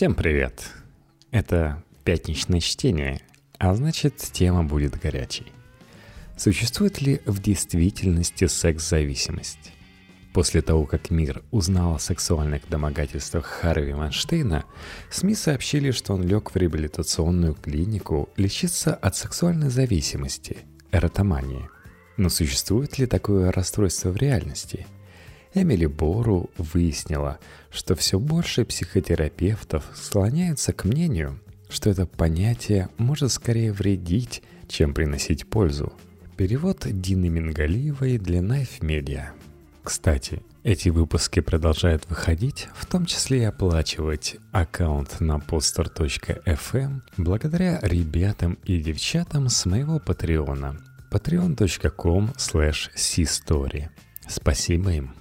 Всем привет! Это пятничное чтение, а значит, тема будет горячей. Существует ли в действительности секс-зависимость? После того, как мир узнал о сексуальных домогательствах Харви Вайнштейна, СМИ сообщили, что он лег в реабилитационную клинику лечиться от сексуальной зависимости, эротомании. Но существует ли такое расстройство в реальности? Эмили Бору выяснила, что все больше психотерапевтов склоняются к мнению, что это понятие может скорее вредить, чем приносить пользу. Перевод Дины Мингалиевой для Knife Media. Кстати, эти выпуски продолжают выходить, в том числе и оплачивать аккаунт на podster.fm благодаря ребятам и девчатам с моего патреона patreon.com/cstory. Спасибо им.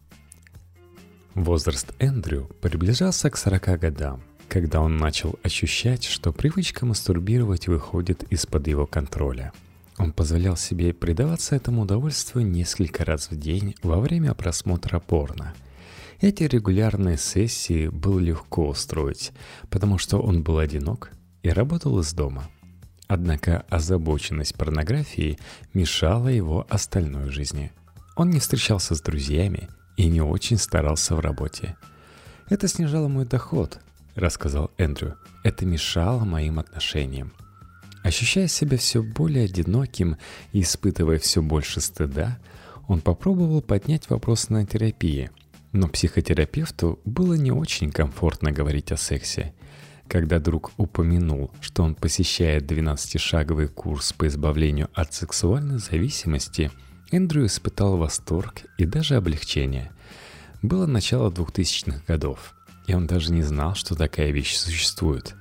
Возраст Эндрю приближался к 40 годам, когда он начал ощущать, что привычка мастурбировать выходит из-под его контроля. Он позволял себе предаваться этому удовольствию несколько раз в день во время просмотра порно. Эти регулярные сессии было легко устроить, потому что он был одинок и работал из дома. Однако озабоченность порнографией мешала его остальной жизни. Он не встречался с друзьями и не очень старался в работе. «Это снижало мой доход», — рассказал Эндрю. «Это мешало моим отношениям». Ощущая себя все более одиноким и испытывая все больше стыда, он попробовал поднять вопрос на терапии, но психотерапевту было не очень комфортно говорить о сексе. Когда друг упомянул, что он посещает 12-шаговый курс по избавлению от сексуальной зависимости, Эндрю испытал восторг и даже облегчение. Было начало 2000-х годов, и он даже не знал, что такая вещь существует.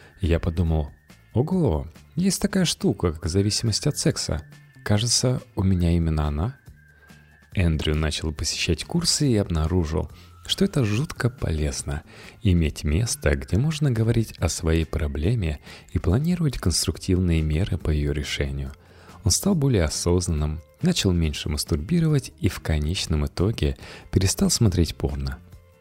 Я подумал: «Ого, есть такая штука, как зависимость от секса. Кажется, у меня именно она». Эндрю начал посещать курсы и обнаружил, что это жутко полезно — иметь место, где можно говорить о своей проблеме и планировать конструктивные меры по ее решению. Он стал более осознанным, начал меньше мастурбировать и в конечном итоге перестал смотреть порно.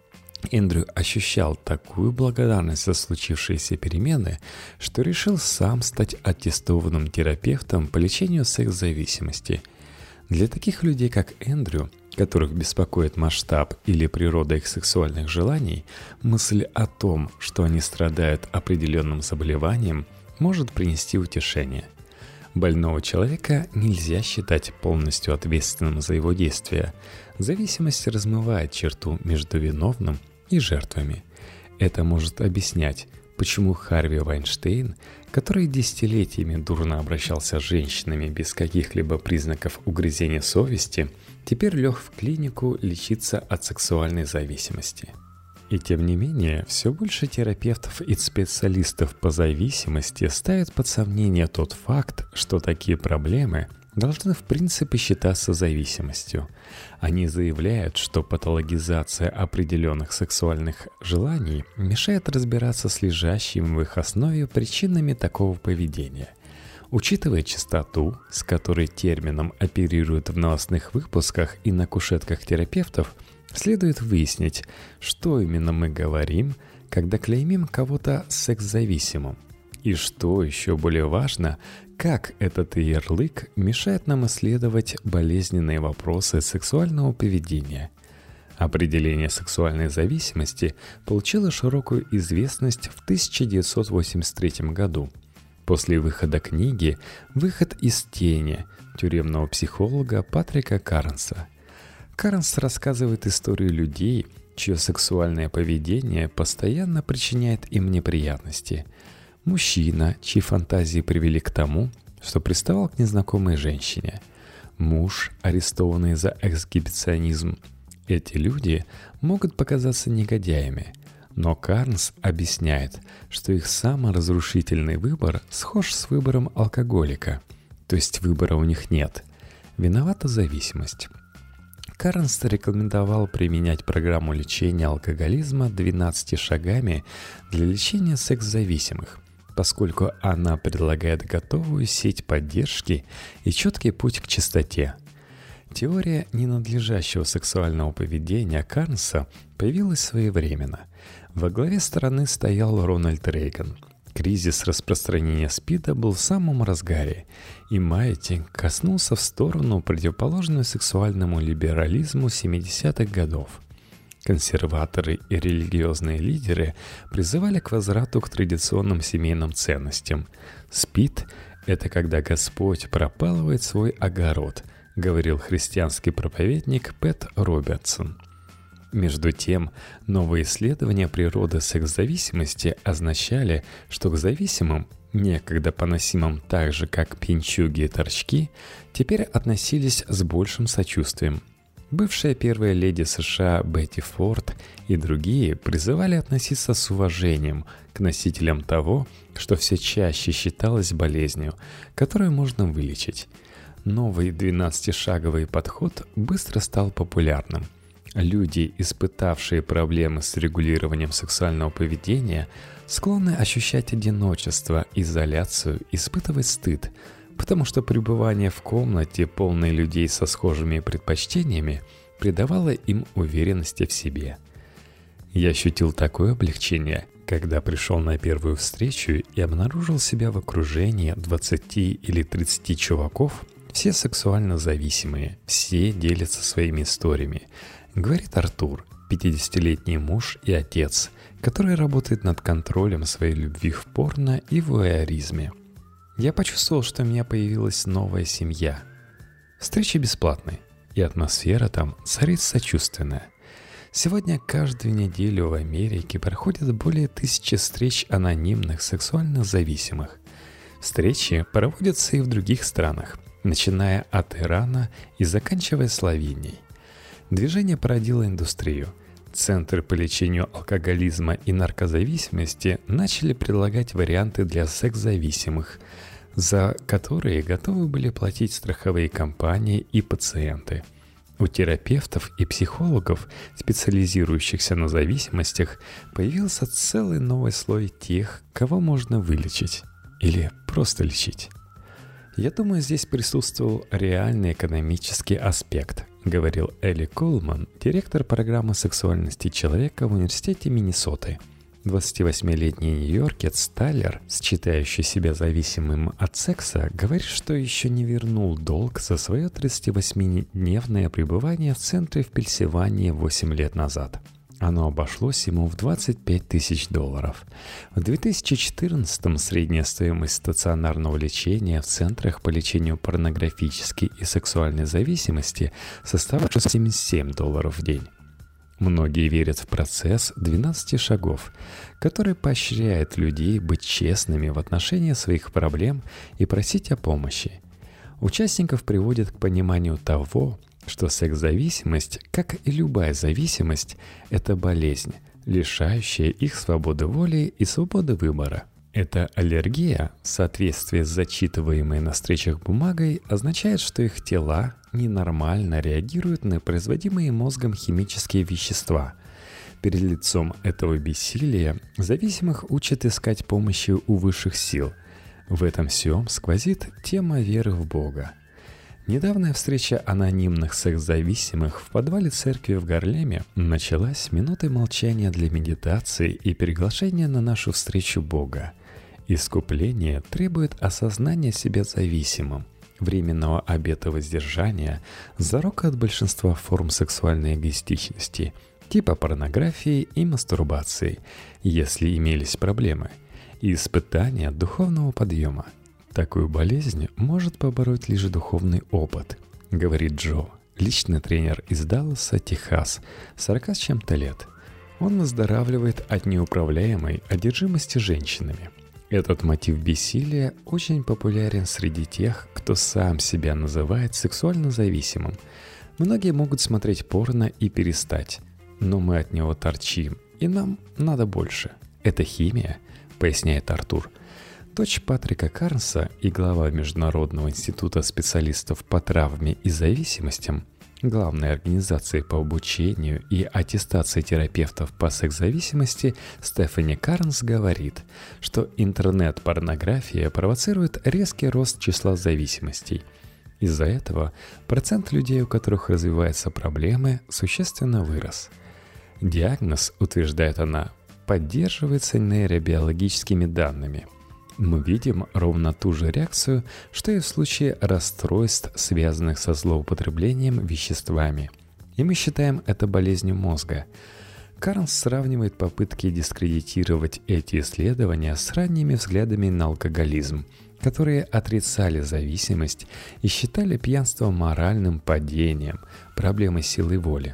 Эндрю ощущал такую благодарность за случившиеся перемены, что решил сам стать аттестованным терапевтом по лечению секс-зависимости. Для таких людей, как Эндрю, которых беспокоит масштаб или природа их сексуальных желаний, мысль о том, что они страдают определенным заболеванием, может принести утешение. Больного человека нельзя считать полностью ответственным за его действия. Зависимость размывает черту между виновным и жертвами. Это может объяснять, почему Харви Вайнштейн, который десятилетиями дурно обращался с женщинами без каких-либо признаков угрызения совести, теперь лег в клинику лечиться от сексуальной зависимости. И тем не менее, все больше терапевтов и специалистов по зависимости ставят под сомнение тот факт, что такие проблемы должны в принципе считаться зависимостью. Они заявляют, что патологизация определенных сексуальных желаний мешает разбираться с лежащими в их основе причинами такого поведения. Учитывая частоту, с которой термином оперируют в новостных выпусках и на кушетках терапевтов, следует выяснить, что именно мы говорим, когда клеймим кого-то секс-зависимым. И что еще более важно, как этот ярлык мешает нам исследовать болезненные вопросы сексуального поведения. Определение сексуальной зависимости получило широкую известность в 1983 году. После выхода книги «Выход из тени» тюремного психолога Патрика Карнса. Карнс рассказывает историю людей, чье сексуальное поведение постоянно причиняет им неприятности. Мужчина, чьи фантазии привели к тому, что приставал к незнакомой женщине. Муж, арестованный за эксгибиционизм. Эти люди могут показаться негодяями, но Карнс объясняет, что их саморазрушительный выбор схож с выбором алкоголика, то есть выбора у них нет. Виновата зависимость. Карнс рекомендовал применять программу лечения алкоголизма 12 шагами для лечения секс-зависимых, поскольку она предлагает готовую сеть поддержки и четкий путь к чистоте. Теория ненадлежащего сексуального поведения Карнса появилась своевременно. Во главе страны стоял Рональд Рейган. Кризис распространения СПИДа был в самом разгаре, и маятник коснулся в сторону, противоположную сексуальному либерализму 70-х годов. Консерваторы и религиозные лидеры призывали к возврату к традиционным семейным ценностям. «СПИД – это когда Господь пропалывает свой огород», — говорил христианский проповедник Пэт Робертсон. Между тем, новые исследования природы секс-зависимости означали, что к зависимым, некогда поносимым так же, как пьянчуги и торчки, теперь относились с большим сочувствием. Бывшая первая леди США Бетти Форд и другие призывали относиться с уважением к носителям того, что все чаще считалось болезнью, которую можно вылечить. Новый 12-шаговый подход быстро стал популярным. Люди, испытавшие проблемы с регулированием сексуального поведения, склонны ощущать одиночество, изоляцию, испытывать стыд, потому что пребывание в комнате, полной людей со схожими предпочтениями, придавало им уверенности в себе. Я ощутил такое облегчение, когда пришел на первую встречу и обнаружил себя в окружении 20 или 30 чуваков, все сексуально зависимые, все делятся своими историями, говорит Артур, 50-летний муж и отец, который работает над контролем своей любви в порно и вуайеризме. Я почувствовал, что у меня появилась новая семья. Встречи бесплатные, и атмосфера там царит сочувственная. Сегодня каждую неделю в Америке проходит более 1000 встреч анонимных сексуально зависимых. Встречи проводятся и в других странах, начиная от Ирана и заканчивая Словенией. Движение породило индустрию. Центры по лечению алкоголизма и наркозависимости начали предлагать варианты для секс-зависимых, за которые готовы были платить страховые компании и пациенты. У терапевтов и психологов, специализирующихся на зависимостях, появился целый новый слой тех, кого можно вылечить или просто лечить. Я думаю, здесь присутствовал реальный экономический аспект, говорил Элли Колман, директор программы сексуальности человека в университете Миннесоты. 28-летний нью-йоркец Тайлер, считающий себя зависимым от секса, говорит, что еще не вернул долг за свое 38-дневное пребывание в центре в Пенсильвании 8 лет назад. Оно обошлось ему в $25 000. В 2014-м средняя стоимость стационарного лечения в центрах по лечению порнографической и сексуальной зависимости составляет $77 в день. Многие верят в процесс 12 шагов, который поощряет людей быть честными в отношении своих проблем и просить о помощи. Участников приводит к пониманию того, что секс-зависимость, как и любая зависимость, это болезнь, лишающая их свободы воли и свободы выбора. Эта аллергия, в соответствии с зачитываемой на встречах бумагой, означает, что их тела ненормально реагируют на производимые мозгом химические вещества. Перед лицом этого бессилия зависимых учат искать помощи у высших сил. В этом всем сквозит тема веры в Бога. Недавняя встреча анонимных секс-зависимых в подвале церкви в Гарлеме началась с минуты молчания для медитации и приглашения на нашу встречу Бога. Искупление требует осознания себя зависимым, временного обета воздержания, зарока от большинства форм сексуальной эгоистичности, типа порнографии и мастурбации, если имелись проблемы, и испытания духовного подъема. Такую болезнь может побороть лишь духовный опыт, говорит Джо, личный тренер из Далласа, Техас, 40 с чем-то лет. Он выздоравливает от неуправляемой одержимости женщинами. Этот мотив бессилия очень популярен среди тех, кто сам себя называет сексуально зависимым. Многие могут смотреть порно и перестать, но мы от него торчим, и нам надо больше. Это химия, поясняет Артур. Дочь Патрика Карнса и глава Международного института специалистов по травме и зависимостям, главной организации по обучению и аттестации терапевтов по секс-зависимости Стефани Карнс говорит, что интернет-порнография провоцирует резкий рост числа зависимостей. Из-за этого процент людей, у которых развиваются проблемы, существенно вырос. Диагноз, утверждает она, поддерживается нейробиологическими данными. Мы видим ровно ту же реакцию, что и в случае расстройств, связанных со злоупотреблением веществами. И мы считаем это болезнью мозга. Карнс сравнивает попытки дискредитировать эти исследования с ранними взглядами на алкоголизм, которые отрицали зависимость и считали пьянство моральным падением, проблемой силы воли.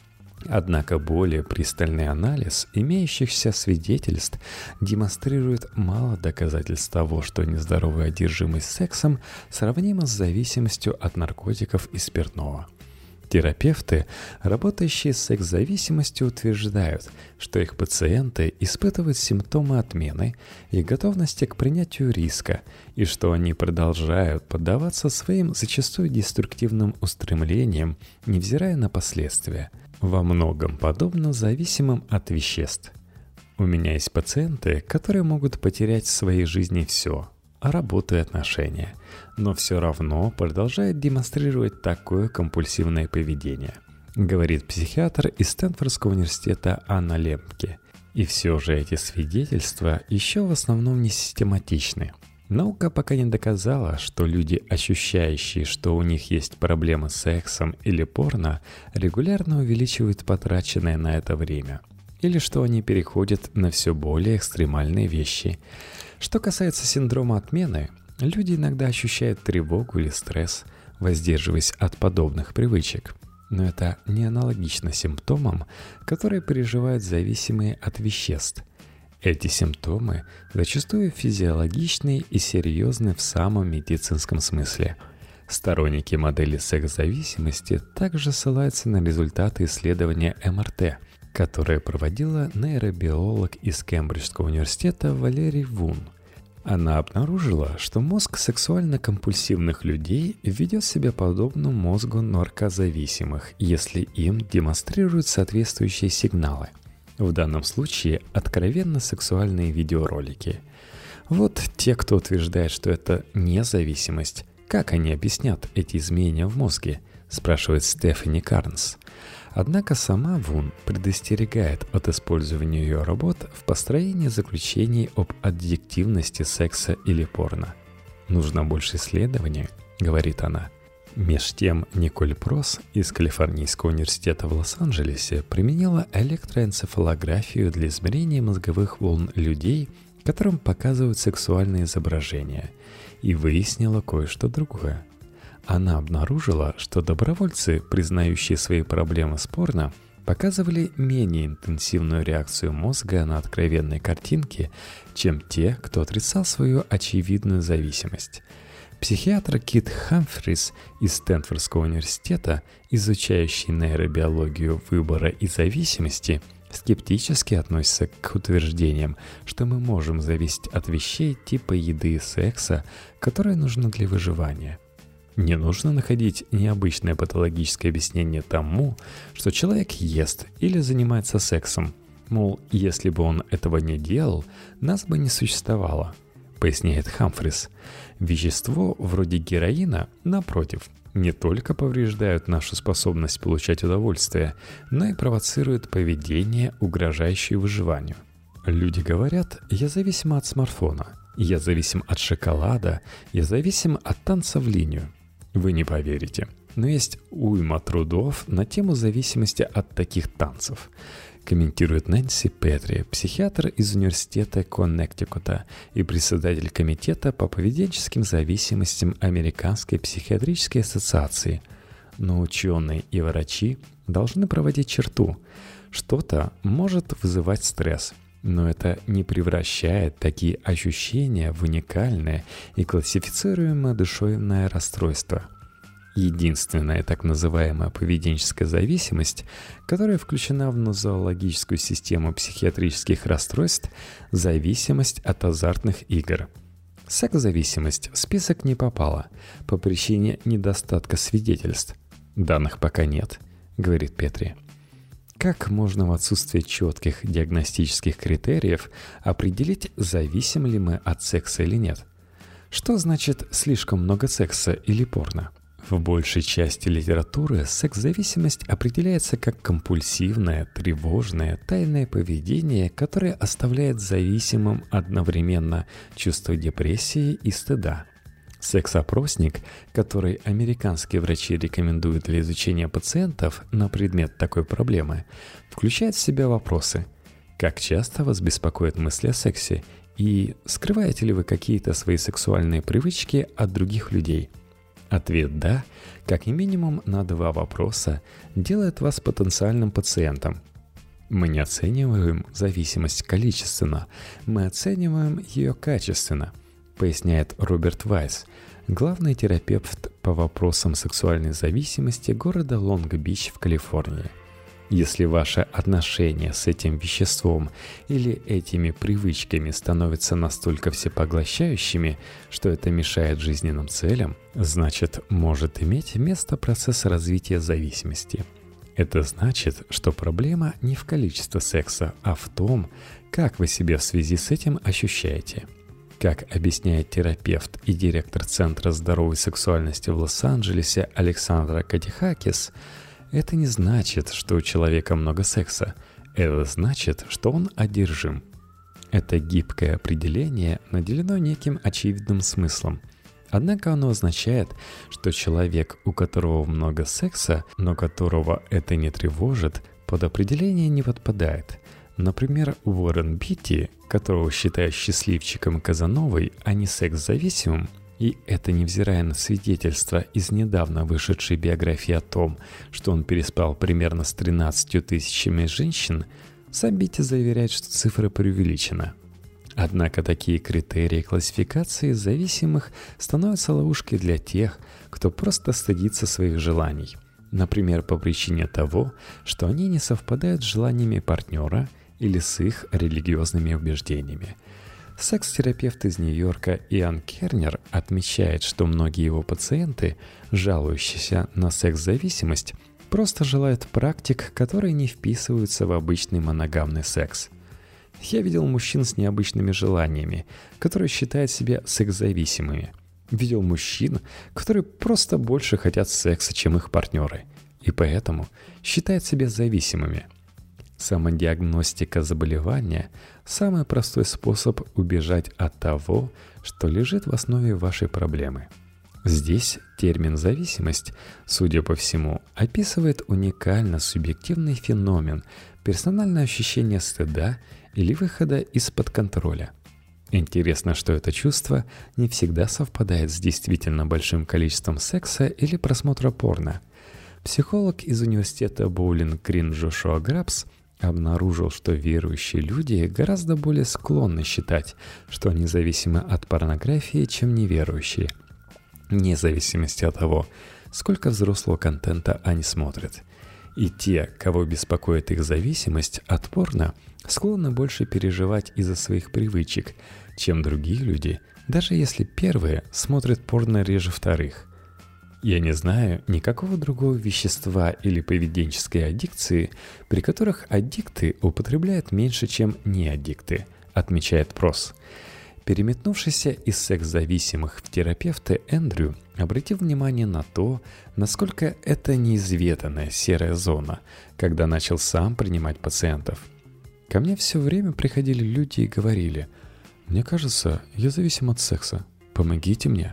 Однако более пристальный анализ имеющихся свидетельств демонстрирует мало доказательств того, что нездоровая одержимость сексом сравнима с зависимостью от наркотиков и спиртного. Терапевты, работающие с секс-зависимостью, утверждают, что их пациенты испытывают симптомы отмены и готовности к принятию риска, и что они продолжают поддаваться своим зачастую деструктивным устремлениям, невзирая на последствия, во многом подобно зависимым от веществ. У меня есть пациенты, которые могут потерять в своей жизни все – работу и отношения, но все равно продолжает демонстрировать такое компульсивное поведение, говорит психиатр из Стэнфордского университета Анна Лемке. И все же эти свидетельства еще в основном не систематичны. Наука пока не доказала, что люди, ощущающие, что у них есть проблемы с сексом или порно, регулярно увеличивают потраченное на это время, или что они переходят на все более экстремальные вещи. Что касается синдрома отмены, люди иногда ощущают тревогу или стресс, воздерживаясь от подобных привычек. Но это не аналогично симптомам, которые переживают зависимые от веществ. Эти симптомы зачастую физиологичны и серьезны в самом медицинском смысле. Сторонники модели секс-зависимости также ссылаются на результаты исследования МРТ, которое проводила нейробиолог из Кембриджского университета Валерий Вун. Она обнаружила, что мозг сексуально-компульсивных людей ведет себя подобно мозгу наркозависимых, если им демонстрируют соответствующие сигналы. В данном случае откровенно сексуальные видеоролики. Вот те, кто утверждает, что это не зависимость, как они объяснят эти изменения в мозге, спрашивает Стефани Карнс. Однако сама Вун предостерегает от использования ее работ в построении заключений об аддиктивности секса или порно. «Нужно больше исследований», — говорит она. Меж тем Николь Прос из Калифорнийского университета в Лос-Анджелесе применила электроэнцефалографию для измерения мозговых волн людей, которым показывают сексуальные изображения, и выяснила кое-что другое. Она обнаружила, что добровольцы, признающие свои проблемы с порно, показывали менее интенсивную реакцию мозга на откровенные картинки, чем те, кто отрицал свою очевидную зависимость. Психиатр Кит Хамфрис из Стэнфордского университета, изучающий нейробиологию выбора и зависимости, скептически относится к утверждениям, что мы можем зависеть от вещей типа еды и секса, которые нужны для выживания. Не нужно находить необычное патологическое объяснение тому, что человек ест или занимается сексом. Мол, если бы он этого не делал, нас бы не существовало, поясняет Хамфрис. Вещество вроде героина, напротив, не только повреждают нашу способность получать удовольствие, но и провоцируют поведение, угрожающее выживанию. Люди говорят: «Я зависим от смартфона», «Я зависим от шоколада», «Я зависим от танца в линию». Вы не поверите, но есть уйма трудов на тему зависимости от таких танцев, комментирует Нэнси Петри, психиатр из университета Коннектикута и председатель комитета по поведенческим зависимостям Американской психиатрической ассоциации. Но ученые и врачи должны проводить черту. Что-то может вызывать стресс, но это не превращает такие ощущения в уникальное и классифицируемое душевное расстройство. Единственная так называемая поведенческая зависимость, которая включена в нозологическую систему психиатрических расстройств – зависимость от азартных игр. Секс-зависимость в список не попала по причине недостатка свидетельств. Данных пока нет, говорит Петри. Как можно в отсутствии четких диагностических критериев определить, зависим ли мы от секса или нет? Что значит слишком много секса или порно? В большей части литературы секс-зависимость определяется как компульсивное, тревожное, тайное поведение, которое оставляет зависимым одновременно чувство депрессии и стыда. Секс-опросник, который американские врачи рекомендуют для изучения пациентов на предмет такой проблемы, включает в себя вопросы: как часто вас беспокоят мысли о сексе и скрываете ли вы какие-то свои сексуальные привычки от других людей? Ответ «да», как минимум на 2 вопроса, делает вас потенциальным пациентом. Мы не оцениваем зависимость количественно, мы оцениваем ее качественно, поясняет Роберт Вайс, главный терапевт по вопросам сексуальной зависимости города Лонг-Бич в Калифорнии. Если ваше отношение с этим веществом или этими привычками становятся настолько всепоглощающими, что это мешает жизненным целям, значит, может иметь место процесс развития зависимости. Это значит, что проблема не в количестве секса, а в том, как вы себя в связи с этим ощущаете. Как объясняет терапевт и директор Центра здоровой сексуальности в Лос-Анджелесе Александра Катихакис, это не значит, что у человека много секса. Это значит, что он одержим. Это гибкое определение наделено неким очевидным смыслом. Однако оно означает, что человек, у которого много секса, но которого это не тревожит, под определение не подпадает. Например, Уоррен Битти, которого считают счастливчиком Казановой, а не секс-зависимым, и это невзирая на свидетельства из недавно вышедшей биографии о том, что он переспал примерно с 13 тысячами женщин, сам Битти заверяет, что цифра преувеличена. Однако такие критерии классификации зависимых становятся ловушкой для тех, кто просто стыдится своих желаний. Например, по причине того, что они не совпадают с желаниями партнера или с их религиозными убеждениями. Секс-терапевт из Нью-Йорка Иан Кернер отмечает, что многие его пациенты, жалующиеся на секс-зависимость, просто желают практик, которые не вписываются в обычный моногамный секс. Я видел мужчин с необычными желаниями, которые считают себя секс-зависимыми. Видел мужчин, которые просто больше хотят секса, чем их партнеры, и поэтому считают себя зависимыми. Самодиагностика заболевания – самый простой способ убежать от того, что лежит в основе вашей проблемы. Здесь термин «зависимость», судя по всему, описывает уникально субъективный феномен, персональное ощущение стыда или выхода из-под контроля. Интересно, что это чувство не всегда совпадает с действительно большим количеством секса или просмотра порно. Психолог из университета Боулинг-Грин Джошуа Грабс обнаружил, что верующие люди гораздо более склонны считать, что они зависимы от порнографии, чем неверующие, вне зависимости от того, сколько взрослого контента они смотрят. И те, кого беспокоит их зависимость от порно, склонны больше переживать из-за своих привычек, чем другие люди, даже если первые смотрят порно реже вторых. Я не знаю никакого другого вещества или поведенческой аддикции, при которых аддикты употребляют меньше, чем неаддикты, отмечает Прос. Переметнувшийся из секс-зависимых в терапевты Эндрю обратил внимание на то, насколько это неизведанная серая зона, когда начал сам принимать пациентов. Ко мне все время приходили люди и говорили: «Мне кажется, я зависим от секса. Помогите мне».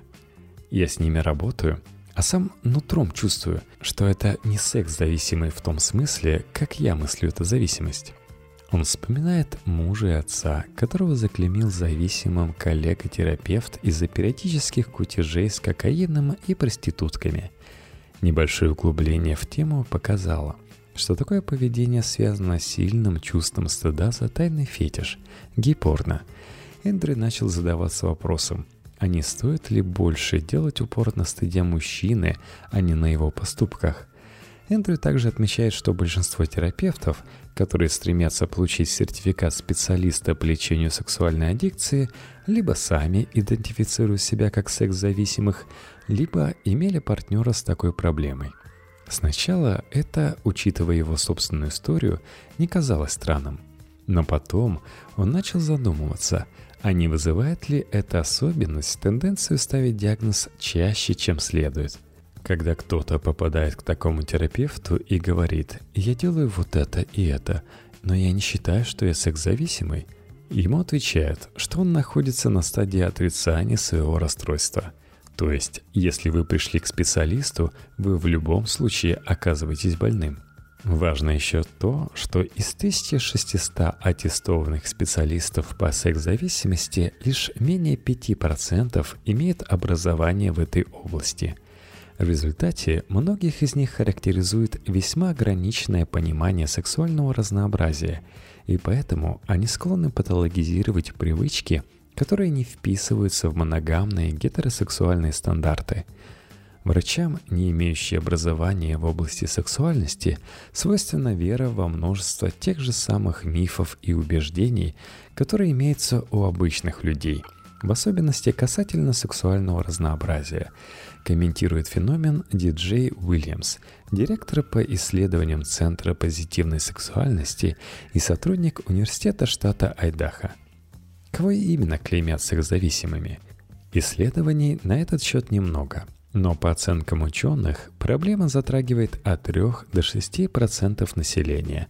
Я с ними работаю, а сам нутром чувствую, что это не секс-зависимый в том смысле, как я мыслю эту зависимость. Он вспоминает мужа и отца, которого заклеймил зависимым коллега-терапевт из-за периодических кутежей с кокаином и проститутками. Небольшое углубление в тему показало, что такое поведение связано с сильным чувством стыда за тайный фетиш – гей-порно. Эндрю начал задаваться вопросом, а не стоит ли больше делать упор на стыде мужчины, а не на его поступках. Эндрю также отмечает, что большинство терапевтов, которые стремятся получить сертификат специалиста по лечению сексуальной аддикции, либо сами идентифицируют себя как секс-зависимых, либо имели партнера с такой проблемой. Сначала это, учитывая его собственную историю, не казалось странным. Но потом он начал задумываться, а не вызывает ли эта особенность тенденцию ставить диагноз чаще, чем следует. Когда кто-то попадает к такому терапевту и говорит: «Я делаю вот это и это, но я не считаю, что я секс-зависимый», ему отвечают, что он находится на стадии отрицания своего расстройства. То есть, если вы пришли к специалисту, вы в любом случае оказываетесь больным. Важно еще то, что из 1600 аттестованных специалистов по секс-зависимости лишь менее 5% имеют образование в этой области. В результате многих из них характеризует весьма ограниченное понимание сексуального разнообразия, и поэтому они склонны патологизировать привычки, которые не вписываются в моногамные гетеросексуальные стандарты. Врачам, не имеющим образования в области сексуальности, свойственна вера во множество тех же самых мифов и убеждений, которые имеются у обычных людей, в особенности касательно сексуального разнообразия, комментирует феномен Ди-Джей Уильямс, директор по исследованиям Центра позитивной сексуальности и сотрудник Университета штата Айдахо. Кого именно клеймят секс-зависимыми? Исследований на этот счет немного, но по оценкам ученых проблема затрагивает от 3 до 6% населения,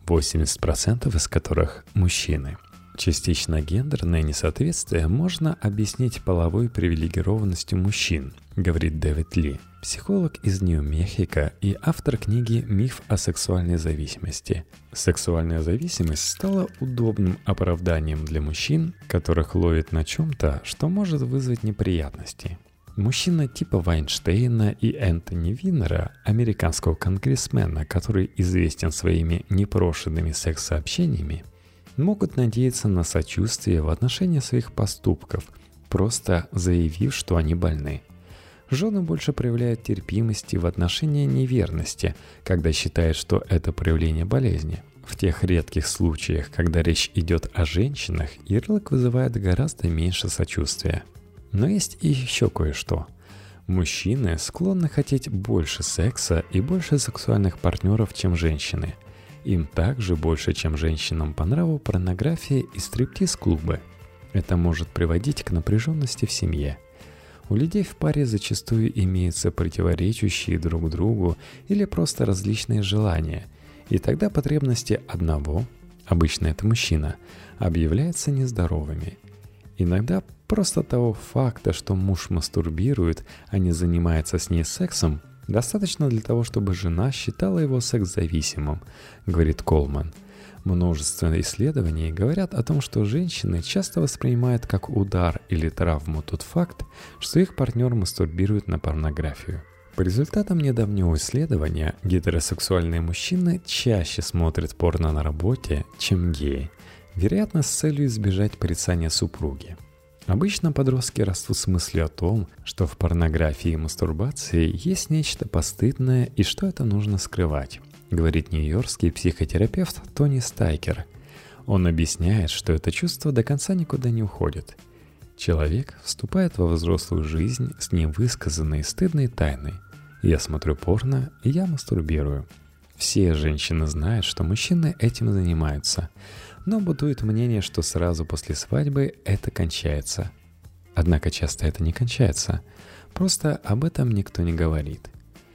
80% из которых – мужчины. Частично гендерное несоответствие можно объяснить половой привилегированностью мужчин, говорит Дэвид Ли, психолог из Нью-Мехико и автор книги «Миф о сексуальной зависимости». Сексуальная зависимость стала удобным оправданием для мужчин, которых ловят на чем-то, что может вызвать неприятности. Мужчина типа Вайнштейна и Энтони Винера, американского конгрессмена, который известен своими непрошенными секс-сообщениями, могут надеяться на сочувствие в отношении своих поступков, просто заявив, что они больны. Жены больше проявляют терпимости в отношении неверности, когда считают, что это проявление болезни. В тех редких случаях, когда речь идет о женщинах, ярлык вызывает гораздо меньше сочувствия. Но есть и еще кое-что. Мужчины склонны хотеть больше секса и больше сексуальных партнеров, чем женщины. Им также больше, чем женщинам, по нраву порнография и стриптиз-клубы. Это может приводить к напряженности в семье. У людей в паре зачастую имеются противоречащие друг другу или просто различные желания, и тогда потребности одного, обычно это мужчина, объявляются нездоровыми. Иногда просто того факта, что муж мастурбирует, а не занимается с ней сексом, достаточно для того, чтобы жена считала его секс-зависимым, говорит Колман. Множество исследований говорят о том, что женщины часто воспринимают как удар или травму тот факт, что их партнер мастурбирует на порнографию. По результатам недавнего исследования, гетеросексуальные мужчины чаще смотрят порно на работе, чем геи, вероятно, с целью избежать порицания супруги. Обычно подростки растут с мыслью о том, что в порнографии и мастурбации есть нечто постыдное и что это нужно скрывать, говорит нью-йоркский психотерапевт Тони Стайкер. Он объясняет, что это чувство до конца никуда не уходит. Человек вступает во взрослую жизнь с невысказанной стыдной тайной. Я смотрю порно, и я мастурбирую. Все женщины знают, что мужчины этим занимаются, но бытует мнение, что сразу после свадьбы это кончается. Однако часто это не кончается, просто об этом никто не говорит.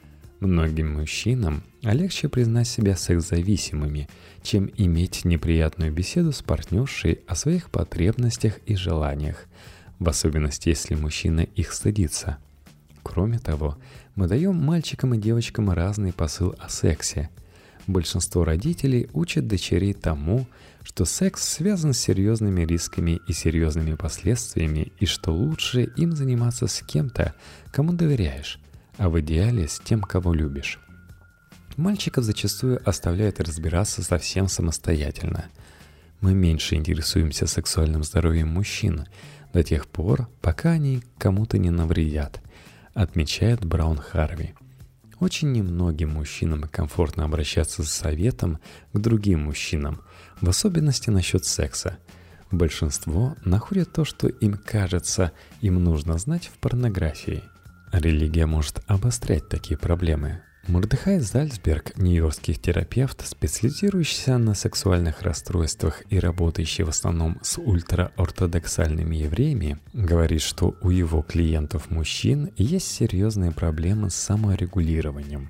Многим мужчинам легче признать себя секс-зависимыми, чем иметь неприятную беседу с партнершей о своих потребностях и желаниях, в особенности если мужчина их стыдится. Кроме того, мы даем мальчикам и девочкам разный посыл о сексе. Большинство родителей учат дочерей тому, что секс связан с серьезными рисками и серьезными последствиями, и что лучше им заниматься с кем-то, кому доверяешь, а в идеале с тем, кого любишь. Мальчиков зачастую оставляют разбираться совсем самостоятельно. Мы меньше интересуемся сексуальным здоровьем мужчин до тех пор, пока они кому-то не навредят, отмечает Браун Харви. Очень немногим мужчинам комфортно обращаться за советом к другим мужчинам, в особенности насчет секса. Большинство находят то, что им кажется, им нужно знать в порнографии. Религия может обострять такие проблемы. Мордехай Зальцберг, нью-йоркский терапевт, специализирующийся на сексуальных расстройствах и работающий в основном с ультраортодоксальными евреями, говорит, что у его клиентов-мужчин есть серьезные проблемы с саморегулированием.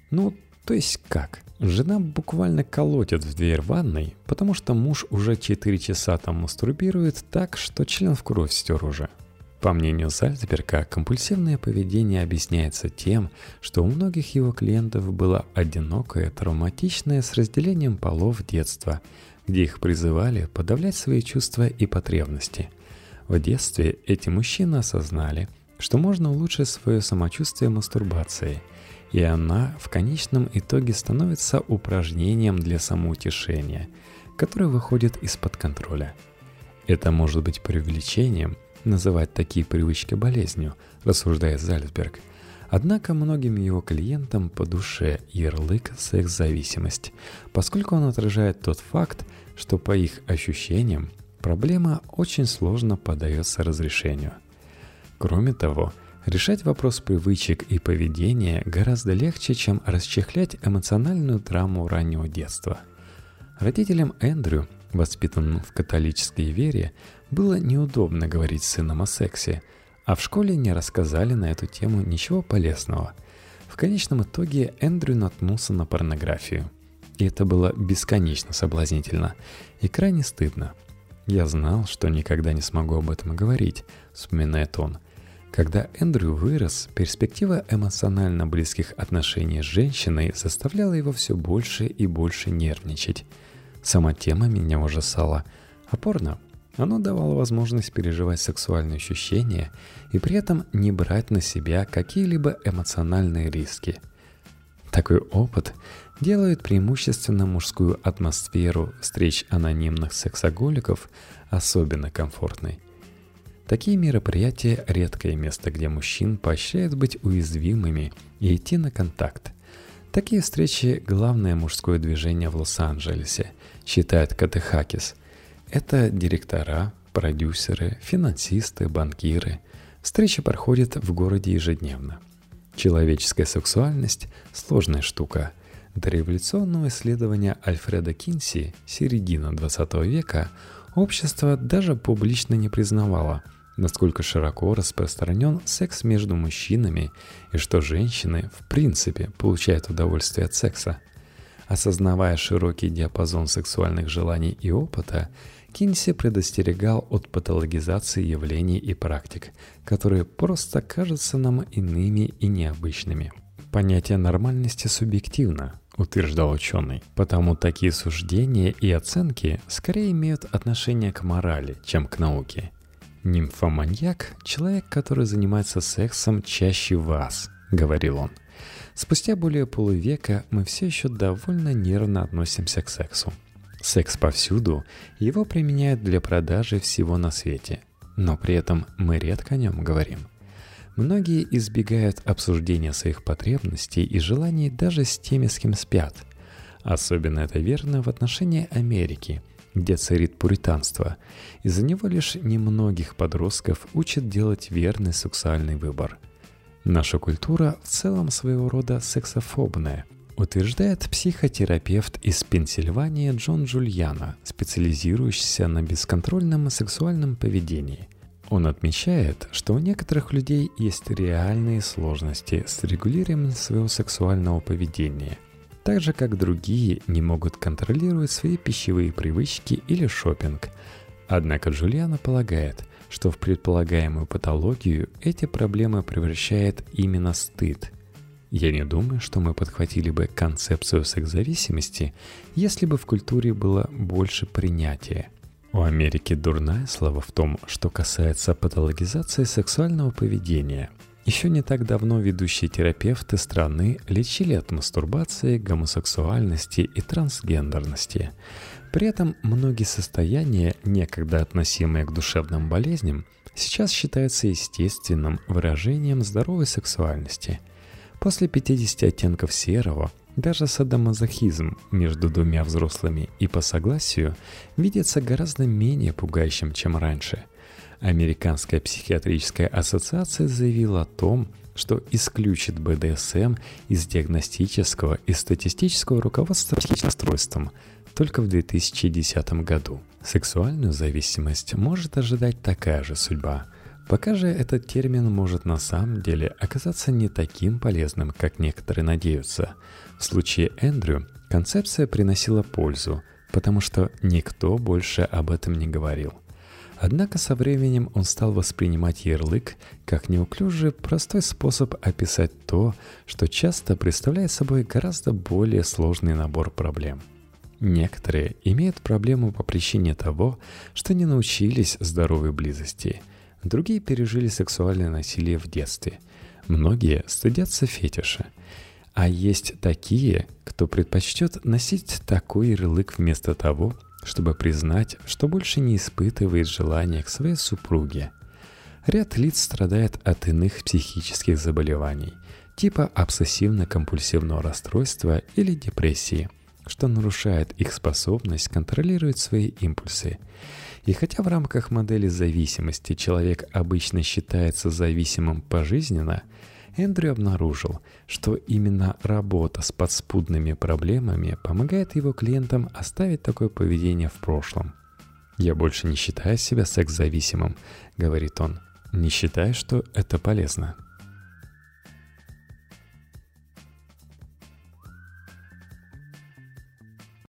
То есть как? Жена буквально колотит в дверь ванной, потому что муж уже 4 часа там мастурбирует так, что член в кровь стер уже. По мнению Зальцберга, компульсивное поведение объясняется тем, что у многих его клиентов было одинокое, травматичное с разделением полов детства, где их призывали подавлять свои чувства и потребности. В детстве эти мужчины осознали, что можно улучшить свое самочувствие мастурбацией, и она в конечном итоге становится упражнением для самоутешения, которое выходит из-под контроля. Это может быть привлечением, называть такие привычки болезнью, рассуждает Зальцберг. Однако многим его клиентам по душе ярлык «секс-зависимость», поскольку он отражает тот факт, что по их ощущениям проблема очень сложно поддается разрешению. Кроме того, решать вопрос привычек и поведения гораздо легче, чем расчехлять эмоциональную травму раннего детства. Родителям Эндрю, воспитанным в католической вере, было неудобно говорить с сыном о сексе, а в школе не рассказали на эту тему ничего полезного. В конечном итоге Эндрю наткнулся на порнографию. И это было бесконечно соблазнительно и крайне стыдно. «Я знал, что никогда не смогу об этом говорить», — вспоминает он. Когда Эндрю вырос, перспектива эмоционально близких отношений с женщиной заставляла его все больше и больше нервничать. Сама тема меня ужасала, а порно, оно давало возможность переживать сексуальные ощущения и при этом не брать на себя какие-либо эмоциональные риски. Такой опыт делает преимущественно мужскую атмосферу встреч анонимных сексоголиков особенно комфортной. Такие мероприятия – редкое место, где мужчин поощряют быть уязвимыми и идти на контакт. Такие встречи – главное мужское движение в Лос-Анджелесе, считает Катехакис. Это директора, продюсеры, финансисты, банкиры. Встречи проходят в городе ежедневно. Человеческая сексуальность – сложная штука. До революционного исследования Альфреда Кинси, середина 20 века, общество даже публично не признавало, насколько широко распространен секс между мужчинами и что женщины в принципе получают удовольствие от секса. Осознавая широкий диапазон сексуальных желаний и опыта, Кинси предостерегал от патологизации явлений и практик, которые просто кажутся нам иными и необычными. Понятие нормальности субъективно, утверждал ученый, потому такие суждения и оценки скорее имеют отношение к морали, чем к науке. «Нимфоманьяк – человек, который занимается сексом чаще вас», – говорил он. Спустя более полувека мы все еще довольно нервно относимся к сексу. Секс повсюду, его применяют для продажи всего на свете, но при этом мы редко о нем говорим. Многие избегают обсуждения своих потребностей и желаний даже с теми, с кем спят. Особенно это верно в отношении Америки, где царит пуританство. Из-за него лишь немногих подростков учат делать верный сексуальный выбор. Наша культура в целом своего рода сексофобная, утверждает психотерапевт из Пенсильвании Джон Джульяно, специализирующийся на бесконтрольном сексуальном поведении. Он отмечает, что у некоторых людей есть реальные сложности с регулированием своего сексуального поведения, так же как другие не могут контролировать свои пищевые привычки или шопинг. Однако Джульяно полагает, что в предполагаемую патологию эти проблемы превращает именно стыд. Я не думаю, что мы подхватили бы концепцию секс-зависимости, если бы в культуре было больше принятия. У Америки дурная слава в том, что касается патологизации сексуального поведения. Еще не так давно ведущие терапевты страны лечили от мастурбации, гомосексуальности и трансгендерности. При этом многие состояния, некогда относимые к душевным болезням, сейчас считаются естественным выражением здоровой сексуальности. После 50 оттенков серого даже садомазохизм между двумя взрослыми и по согласию видится гораздо менее пугающим, чем раньше. Американская психиатрическая ассоциация заявила о том, что исключит БДСМ из диагностического и статистического руководства психическим расстройством только в 2010 году. Сексуальную зависимость может ожидать такая же судьба. Пока же этот термин может на самом деле оказаться не таким полезным, как некоторые надеются. В случае Эндрю концепция приносила пользу, потому что никто больше об этом не говорил. Однако со временем он стал воспринимать ярлык как неуклюжий, простой способ описать то, что часто представляет собой гораздо более сложный набор проблем. Некоторые имеют проблему по причине того, что не научились здоровой близости. Другие пережили сексуальное насилие в детстве. Многие стыдятся фетиша. А есть такие, кто предпочтет носить такой ярлык вместо того, чтобы признать, что больше не испытывает желания к своей супруге. Ряд лиц страдает от иных психических заболеваний, типа обсессивно-компульсивного расстройства или депрессии, что нарушает их способность контролировать свои импульсы. И хотя в рамках модели зависимости человек обычно считается зависимым пожизненно, Эндрю обнаружил, что именно работа с подспудными проблемами помогает его клиентам оставить такое поведение в прошлом. «Я больше не считаю себя секс-зависимым», — говорит он. «Не считаю, что это полезно».